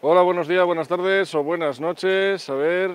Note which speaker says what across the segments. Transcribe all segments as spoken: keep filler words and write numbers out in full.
Speaker 1: Hola, buenos días, buenas tardes o buenas noches. A ver.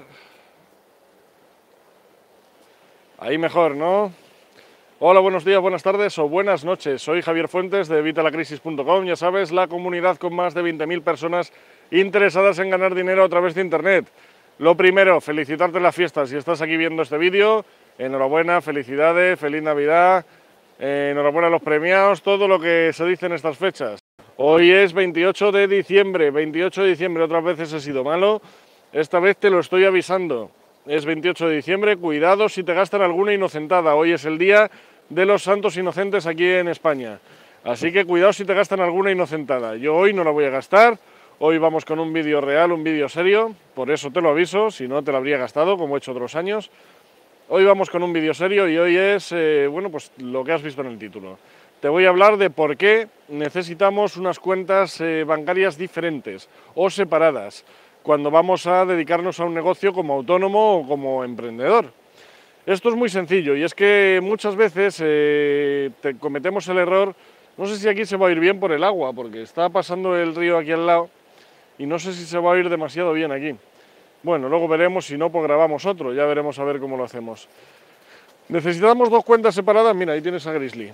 Speaker 1: Ahí mejor, ¿no? Hola, buenos días, buenas tardes o buenas noches. Soy Javier Fuentes de evitalacrisis punto com, ya sabes, la comunidad con más de veinte mil personas interesadas en ganar dinero a través de Internet. Lo primero, felicitarte en las fiestas. Si estás aquí viendo este vídeo, enhorabuena, felicidades, feliz Navidad, eh, enhorabuena a los premiados, todo lo que se dice en estas fechas. Hoy es veintiocho de diciembre, veintiocho de diciembre, otras veces he sido malo, esta vez te lo estoy avisando. Es veintiocho de diciembre, cuidado si te gastan alguna inocentada, hoy es el día de los santos inocentes aquí en España. Así que cuidado si te gastan alguna inocentada. Yo hoy no la voy a gastar, hoy vamos con un vídeo real, un vídeo serio, por eso te lo aviso, si no te lo habría gastado, como he hecho otros años. Hoy vamos con un vídeo serio y hoy es, eh, bueno, pues lo que has visto en el título. Te voy a hablar de por qué necesitamos unas cuentas eh, bancarias diferentes o separadas cuando vamos a dedicarnos a un negocio como autónomo o como emprendedor. Esto es muy sencillo y es que muchas veces eh, te cometemos el error, no sé si aquí se va a ir bien por el agua, porque está pasando el río aquí al lado y no sé si se va a ir demasiado bien aquí. Bueno, luego veremos, si no, pues grabamos otro, ya veremos a ver cómo lo hacemos. Necesitamos dos cuentas separadas, mira, ahí tienes a Grizzly.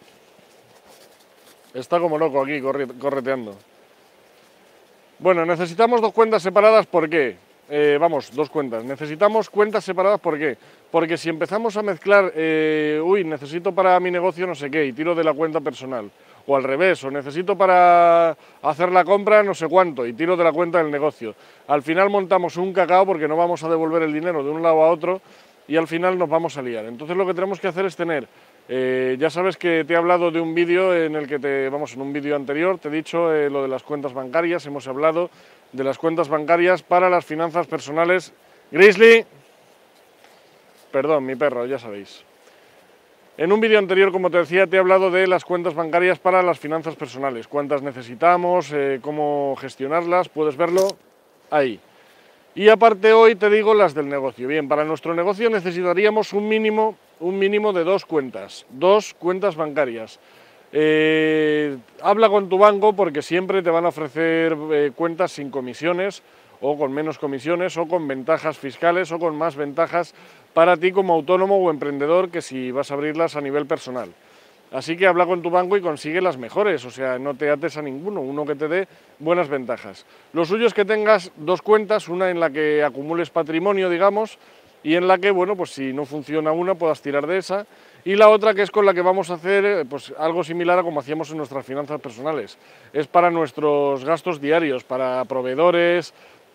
Speaker 1: Está como loco aquí, corre, correteando. Bueno, necesitamos dos cuentas separadas, ¿por qué? Eh, vamos, dos cuentas. Necesitamos cuentas separadas, ¿por qué? Porque si empezamos a mezclar, eh, uy, necesito para mi negocio no sé qué, y tiro de la cuenta personal, o al revés, o necesito para hacer la compra no sé cuánto, y tiro de la cuenta del negocio. Al final montamos un cacao porque no vamos a devolver el dinero de un lado a otro, y al final nos vamos a liar. Entonces lo que tenemos que hacer es tener, eh, ya sabes que te he hablado de un vídeo en el que te, vamos, en un vídeo anterior te he dicho eh, lo de las cuentas bancarias, hemos hablado de las cuentas bancarias para las finanzas personales. Grizzly, perdón, mi perro, ya sabéis. En un vídeo anterior, como te decía, te he hablado de las cuentas bancarias para las finanzas personales, cuántas necesitamos, eh, cómo gestionarlas, puedes verlo ahí. Y aparte hoy te digo las del negocio. Bien, para nuestro negocio necesitaríamos un mínimo, un mínimo de dos cuentas, dos cuentas bancarias. Eh, habla con tu banco porque siempre te van a ofrecer eh, cuentas sin comisiones o con menos comisiones o con ventajas fiscales o con más ventajas para ti como autónomo o emprendedor que si vas a abrirlas a nivel personal. Así que habla con tu banco y consigue las mejores, o sea, no te ates a ninguno, uno que te dé buenas ventajas. Lo suyo es que tengas dos cuentas, una en la que acumules patrimonio, digamos, y en la que, bueno, pues si no funciona una, puedas tirar de esa, y la otra que es con la que vamos a hacer pues algo similar a como hacíamos en nuestras finanzas personales. Es para nuestros gastos diarios, para proveedores,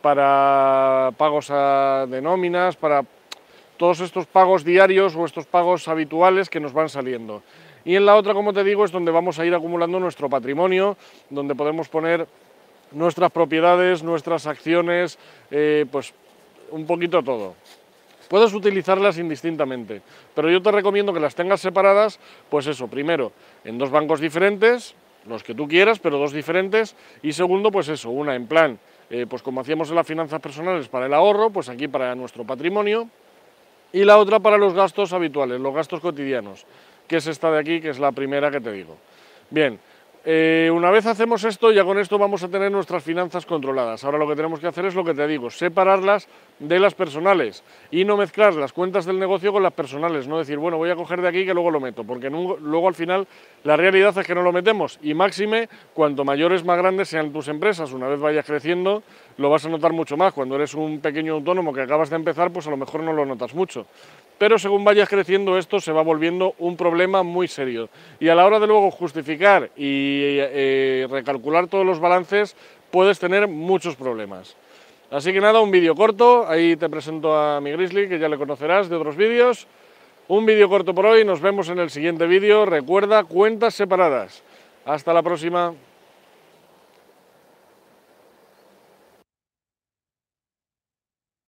Speaker 1: para pagos a, de nóminas, para todos estos pagos diarios o estos pagos habituales que nos van saliendo. Y en la otra, como te digo, es donde vamos a ir acumulando nuestro patrimonio, donde podemos poner nuestras propiedades, nuestras acciones, eh, pues un poquito todo. Puedes utilizarlas indistintamente, pero yo te recomiendo que las tengas separadas, pues eso, primero, en dos bancos diferentes, los que tú quieras, pero dos diferentes, y segundo, pues eso, una en plan, eh, pues como hacíamos en las finanzas personales para el ahorro, pues aquí para nuestro patrimonio, y la otra para los gastos habituales, los gastos cotidianos, que es esta de aquí, que es la primera que te digo. Bien, eh, una vez hacemos esto, ya con esto vamos a tener nuestras finanzas controladas. Ahora lo que tenemos que hacer es lo que te digo, separarlas de las personales y no mezclar las cuentas del negocio con las personales, no decir, bueno, voy a coger de aquí que luego lo meto, porque no, luego al final la realidad es que no lo metemos y máxime, cuanto mayores más grandes sean tus empresas, una vez vayas creciendo, lo vas a notar mucho más. Cuando eres un pequeño autónomo que acabas de empezar, pues a lo mejor no lo notas mucho. Pero según vayas creciendo esto se va volviendo un problema muy serio. Y a la hora de luego justificar y eh, recalcular todos los balances, puedes tener muchos problemas. Así que nada, un vídeo corto, ahí te presento a mi Grizzly, que ya le conocerás de otros vídeos. Un vídeo corto por hoy, nos vemos en el siguiente vídeo. Recuerda, cuentas separadas. Hasta la próxima.